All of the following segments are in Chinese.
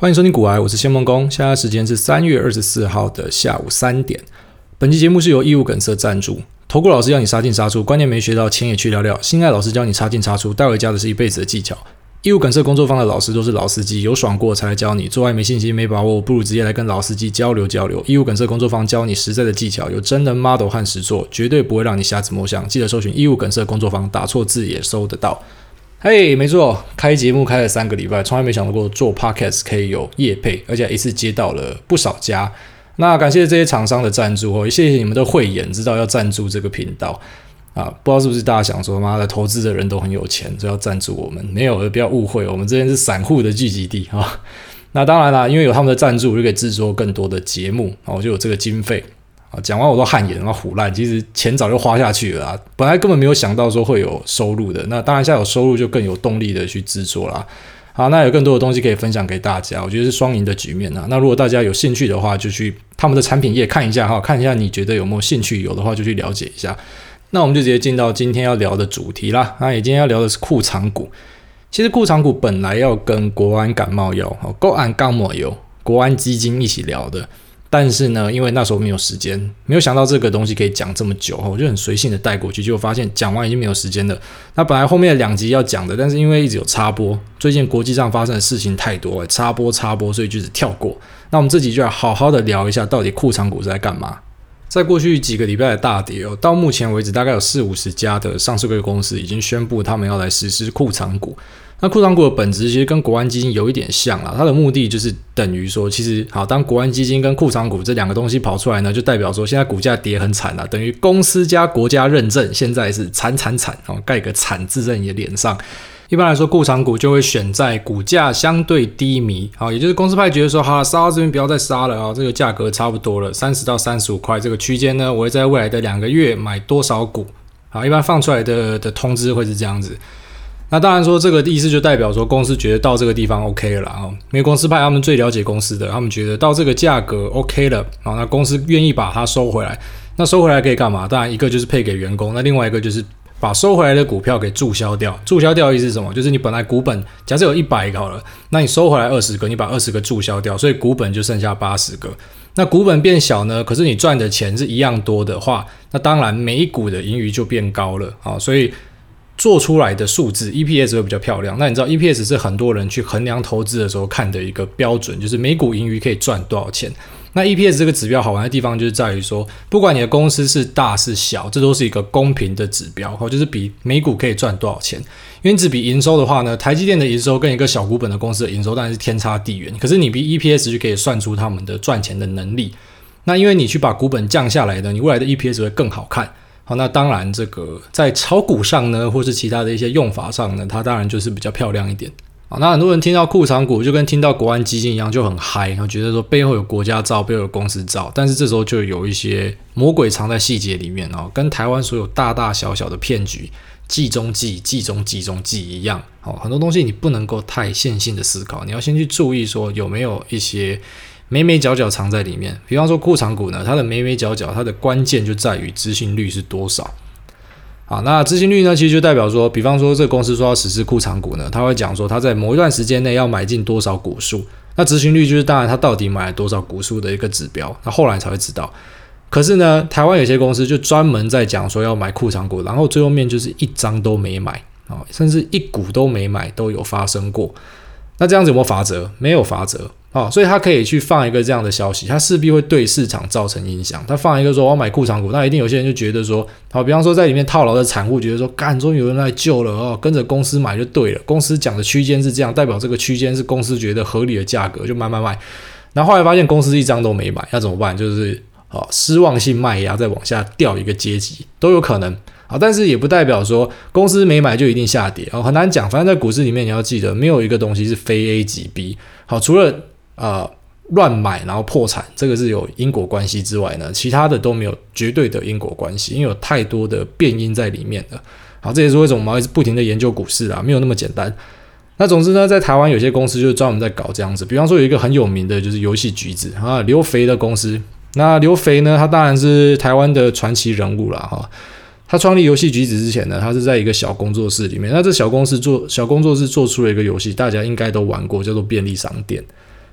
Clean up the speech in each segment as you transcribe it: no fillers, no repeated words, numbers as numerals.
欢迎收听股癌，我是谢梦工。现在时间是3月24号的下午3点。本期节目是由义务梗塞赞助。投顾老师要你杀进杀出，观念没学到，钱也去聊聊。新爱老师教你插进插出，带回家的是一辈子的技巧。义务梗塞工作坊的老师都是老司机，有爽过才来教你。做爱没信心没把握，不如直接来跟老司机交流交流。义务梗塞工作坊教你实在的技巧，有真人 model 和实作，绝对不会让你瞎子摸象。记得搜寻义务梗塞工作坊，打错字也搜得到。嘿，没错，开节目开了3个礼拜，从来没想到过做 podcast 可以有业配，而且一次接到了不少家。那感谢这些厂商的赞助，也谢谢你们的慧眼，知道要赞助这个频道啊。不知道是不是大家想说，妈的，投资的人都很有钱，所以要赞助我们？没有，不要误会，我们这边是散户的聚集地啊。那当然啦，因为有他们的赞助，我就可以制作更多的节目，我就有这个经费。讲完我都汗颜，然后唬烂，其实钱早就花下去了啦，本来根本没有想到说会有收入的，那当然现在有收入就更有动力的去制作啦。好，那有更多的东西可以分享给大家，我觉得是双赢的局面啊。那如果大家有兴趣的话，就去他们的产品页看一下哈，看一下你觉得有没有兴趣，有的话就去了解一下。那我们就直接进到今天要聊的主题啦。那今天要聊的是库藏股。其实库藏股本来要跟国安感冒药、国安感冒药、国安基金一起聊的。但是呢，因为那时候没有时间，没有想到这个东西可以讲这么久，我就很随性的带过去，结果发现讲完已经没有时间了。那本来后面的2集要讲的，但是因为一直有插播，最近国际上发生的事情太多，插播，所以就只跳过。那我们这集就来好好的聊一下，到底库藏股是在干嘛。在过去几个礼拜的大跌到目前为止大概有40-50家的上市柜公司已经宣布他们要来实施库藏股。那库藏股的本质其实跟国安基金有一点像啦，它的目的就是等于说，其实好，当国安基金跟库藏股这2个东西跑出来呢，就代表说现在股价跌很惨啦，等于公司加国家认证现在是惨，盖个惨字在你的脸上。一般来说，库藏股就会选在股价相对低迷，也就是公司派觉得说，好了，杀到这边不要再杀了这个价格差不多了，30到35块这个区间呢，我会在未来的2个月买多少股。一般放出来的通知会是这样子。那当然说这个意思就代表说公司觉得到这个地方 OK 了啦，因为公司派他们最了解公司的，他们觉得到这个价格 OK 了，那公司愿意把它收回来。那收回来可以干嘛？当然一个就是配给员工，那另外一个就是把收回来的股票给注销掉。注销掉的意思是什么？就是你本来股本假设有100个好了，那你收回来20个，你把20个注销掉，所以股本就剩下80个。那股本变小呢，可是你赚的钱是一样多的话，那当然每一股的盈余就变高了所以做出来的数字 EPS 会比较漂亮。那你知道 EPS 是很多人去衡量投资的时候看的一个标准，就是每股盈余可以赚多少钱。那 EPS 这个指标好玩的地方就是在于说，不管你的公司是大是小，这都是一个公平的指标，就是比每股可以赚多少钱。因为只比营收的话呢，台积电的营收跟一个小股本的公司的营收当然是天差地远，可是你比 EPS 就可以算出他们的赚钱的能力。那因为你去把股本降下来呢，你未来的 EPS 会更好看。好，那当然这个在炒股上呢，或是其他的一些用法上呢，它当然就是比较漂亮一点。好，那很多人听到库藏股就跟听到国安基金一样，就很嗨，然后觉得说背后有国家罩，背后有公司罩，但是这时候就有一些魔鬼藏在细节里面跟台湾所有大大小小的骗局计中计一样。很多东西你不能够太线性的思考，你要先去注意说有没有一些眉角角藏在里面。比方说库藏股呢，它的眉角角，它的关键就在于执行率是多少。好，那执行率呢，其实就代表说，比方说这个公司说要实施库藏股呢，他会讲说他在某一段时间内要买进多少股数，那执行率就是当然他到底买了多少股数的一个指标，那后来才会知道。可是呢，台湾有些公司就专门在讲说要买库藏股，然后最后面就是一张都没买甚至一股都没买都有发生过。那这样子有没有法则？没有法则所以他可以去放一个这样的消息，他势必会对市场造成影响。他放一个说我要买库藏股，那一定有些人就觉得说，比方说在里面套牢的散户觉得说，干，终于有人来救了跟着公司买就对了。公司讲的区间是这样，代表这个区间是公司觉得合理的价格，就买。然后后来发现公司一张都没买，那怎么办？就是失望性卖压再往下掉一个阶级都有可能。但是也不代表说公司没买就一定下跌很难讲。反正在股市里面你要记得，没有一个东西是非 A 即 B。除了乱买然后破产，这个是有因果关系之外呢，其他的都没有绝对的因果关系，因为有太多的变因在里面了。好，这也是为什么我们要一直不停的研究股市啦，没有那么简单。那总之呢，在台湾有些公司就是专门在搞这样子，比方说有一个很有名的就是游戏橘子刘肥的公司。那刘肥呢，他当然是台湾的传奇人物啦他创立游戏橘子之前呢，他是在一个小工作室里面。那这小工作室做出了一个游戏，大家应该都玩过，叫做便利商店。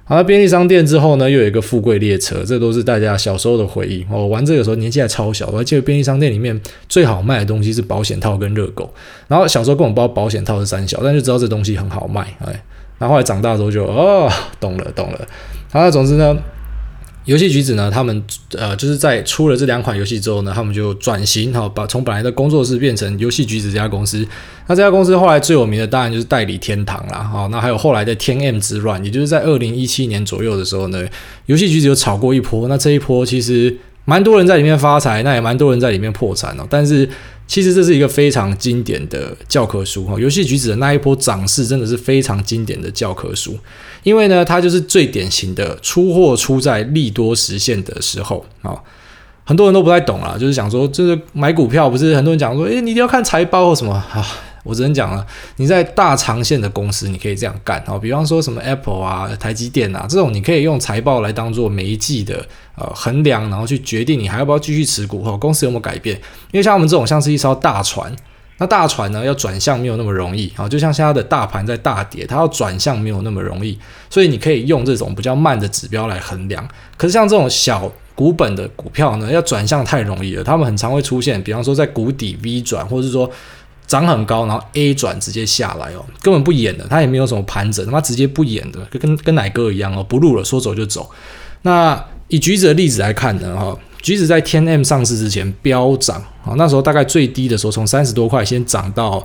好，那便利商店之后呢，又有一个富贵列车，这都是大家小时候的回忆。我玩这个时候年纪还超小，我还记得便利商店里面最好卖的东西是保险套跟热狗。然后小时候根本不知道保险套是三小，但就知道这东西很好卖。然后后来长大之后就懂了。好，那总之呢，游戏橘子呢，他们就是在出了这2款游戏之后呢，他们就转型从本来的工作室变成游戏橘子这家公司。那这家公司后来最有名的当然就是代理天堂啦，那还有后来的天 M 之乱，也就是在2017年左右的时候呢，游戏橘子有炒过一波。那这一波其实蛮多人在里面发财，那也蛮多人在里面破产但是其实这是一个非常经典的教科书，游戏橘子的那一波涨势真的是非常经典的教科书，因为呢，它就是最典型的出货出在利多实现的时候。很多人都不太懂啦，就是想说，就是买股票不是很多人讲说，你一定要看财报或什么我只能讲了，你在大长线的公司你可以这样干，比方说什么 Apple 啊、台积电啊这种，你可以用财报来当做每一季的衡量，然后去决定你还要不要继续持股，公司有没有改变。因为像我们这种像是一艘大船，那大船呢要转向没有那么容易，就像现在的大盘在大跌，它要转向没有那么容易，所以你可以用这种比较慢的指标来衡量。可是像这种小股本的股票呢，要转向太容易了，他们很常会出现，比方说在谷底 V 转，或者是说涨很高，然后 A 转直接下来根本不演的，它也没有什么盘整，他妈直接不演的，跟奶哥一样不录了，说走就走。那以橘子的例子来看呢，橘子在天 M 上市之前飙涨，那时候大概最低的时候从30多块先涨到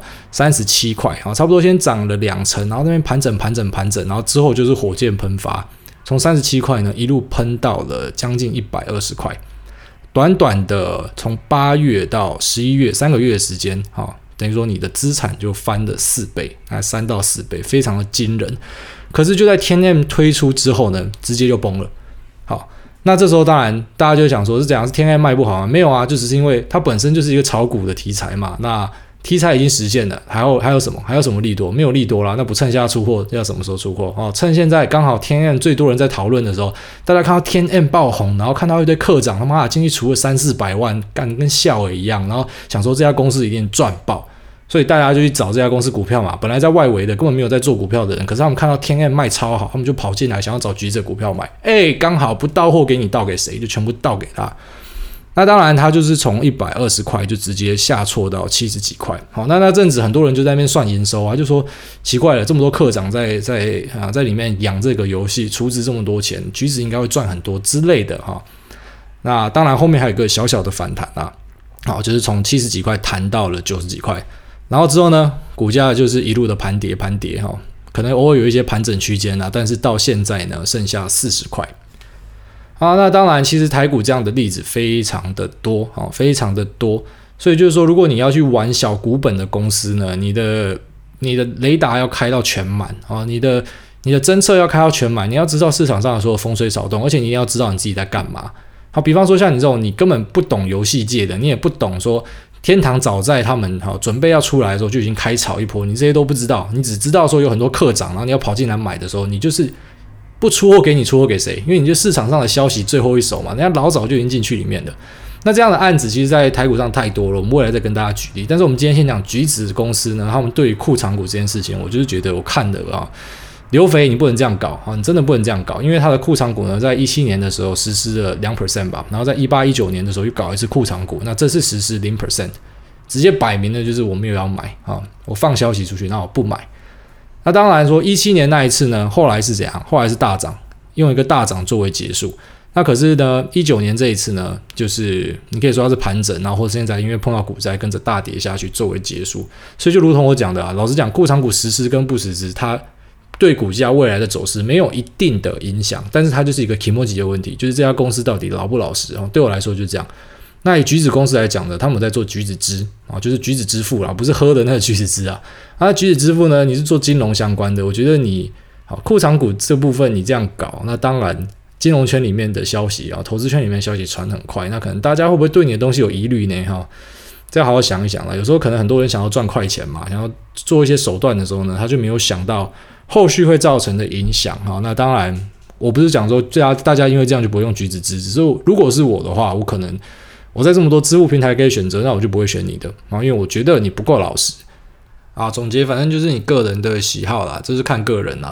37块，差不多先涨了2成，然后那边盘整，然后之后就是火箭喷发，从37块呢一路喷到了将近120块，短短的从8月到11月3个月的时间，等于说你的资产就翻了4倍，3到4倍，非常的惊人。可是就在天 M 推出之后呢，直接就崩了。好，那这时候当然大家就想说是怎样，是天 M 卖不好吗？没有啊，就只是因为它本身就是一个炒股的题材嘛。那题材已经实现了，还有什么？还有什么利多？没有利多啦，那不趁现在出货，要什么时候出货？趁现在刚好天 M 最多人在讨论的时候，大家看到天 M 爆红，然后看到一堆课长他妈的进去除了300-400万，干跟笑一样，然后想说这家公司一定赚爆，所以大家就去找这家公司股票嘛。本来在外围的根本没有在做股票的人，可是他们看到天 M 卖超好，他们就跑进来想要找橘子股票买，刚好不到货给你，倒给谁就全部倒给他。那当然，它就是从120块就直接下挫到70几块。好，那阵子很多人就在那边算营收啊，就说奇怪了，这么多课长在里面养这个游戏，出资这么多钱，橘子应该会赚很多之类的哈。那当然后面还有一个小小的反弹啊，好，就是从70几块弹到了90几块，然后之后呢，股价就是一路的盘跌哈，可能偶尔有一些盘整区间啊，但是到现在呢，剩下40块。那当然其实台股这样的例子非常的多，非常的多，所以就是说如果你要去玩小股本的公司呢，你的雷达要开到全满，你的侦测要开到全满，你要知道市场上的所有风吹草动，而且你一定要知道你自己在干嘛。好，比方说像你这种你根本不懂游戏界的，你也不懂说天堂早在他们准备要出来的时候就已经开炒一波，你这些都不知道，你只知道说有很多课长，然后你要跑进来买的时候，你就是不出货给你，出货给谁？因为你就市场上的消息最后一手嘛，人家老早就已经进去里面了。那这样的案子其实在台股上太多了，我们未来再跟大家举例。但是我们今天先讲橘子公司呢，他们对于库藏股这件事情，我就是觉得我看的刘肥你不能这样搞，你真的不能这样搞，因为他的库藏股呢，在17年的时候实施了 2% 吧，然后在18-19年的时候又搞一次库藏股，那这次实施 0%， 直接摆明的就是我没有要买我放消息出去，那我不买。那当然说17年那一次呢，后来是怎样？后来是大涨，用一个大涨作为结束。那可是呢，19年这一次呢，就是你可以说它是盘整，然后或者现在因为碰到股灾跟着大跌下去作为结束。所以就如同我讲的老实讲，库藏股实施跟不实施，它对股价未来的走势没有一定的影响，但是它就是一个 kimoji 的问题，就是这家公司到底老不老实对我来说就是这样。那以橘子公司来讲呢，他们在做橘子汁就是橘子支付啦，不是喝的那个橘子汁啊。橘子支付呢，你是做金融相关的，我觉得你库藏股这部分你这样搞，那当然金融圈里面的消息投资圈里面的消息传很快，那可能大家会不会对你的东西有疑虑呢？再好好想一想啦。有时候可能很多人想要赚快钱嘛，想要做一些手段的时候呢，他就没有想到后续会造成的影响那当然我不是讲说大家因为这样就不会用橘子汁，只是如果是我的话，我可能我在这么多支付平台可以选择，那我就不会选你的因为我觉得你不够老实总结反正就是你个人的喜好啦，这是看个人啦。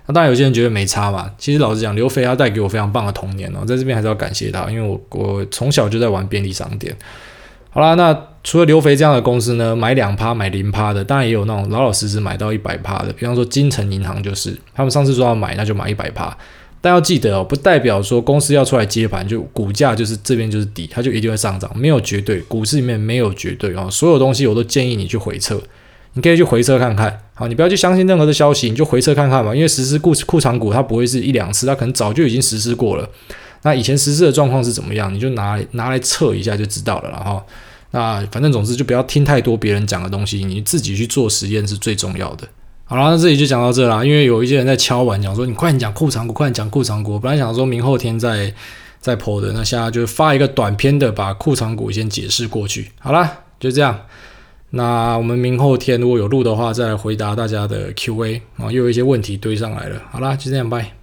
那当然有些人觉得没差嘛，其实老实讲，刘肥他带给我非常棒的童年在这边还是要感谢他，因为我从小就在玩便利商店。好啦，那除了刘肥这样的公司呢，买2%买0%的，当然也有那种老老实实买到100%的，比方说金城银行就是，他们上次说要买，那就买100%。但要记得不代表说公司要出来接盘，就股价就是这边就是底，它就一定会上涨，没有绝对，股市里面没有绝对所有东西我都建议你去回测，你可以去回测看看。好，你不要去相信任何的消息，你就回测看看嘛，因为实施库藏股它不会是1-2次，它可能早就已经实施过了。那以前实施的状况是怎么样，你就拿来测一下就知道了啦。那反正总之就不要听太多别人讲的东西，你自己去做实验是最重要的。好啦，那这里就讲到这啦，因为有一些人在敲碗讲说你快点讲库藏股，快点讲库藏股。我本来想说明后天再 po 的，那现在就发一个短篇的把库藏股先解释过去。好啦，就这样。那我们明后天如果有录的话，再来回答大家的 Q&A 又有一些问题堆上来了。好啦，就这样，拜。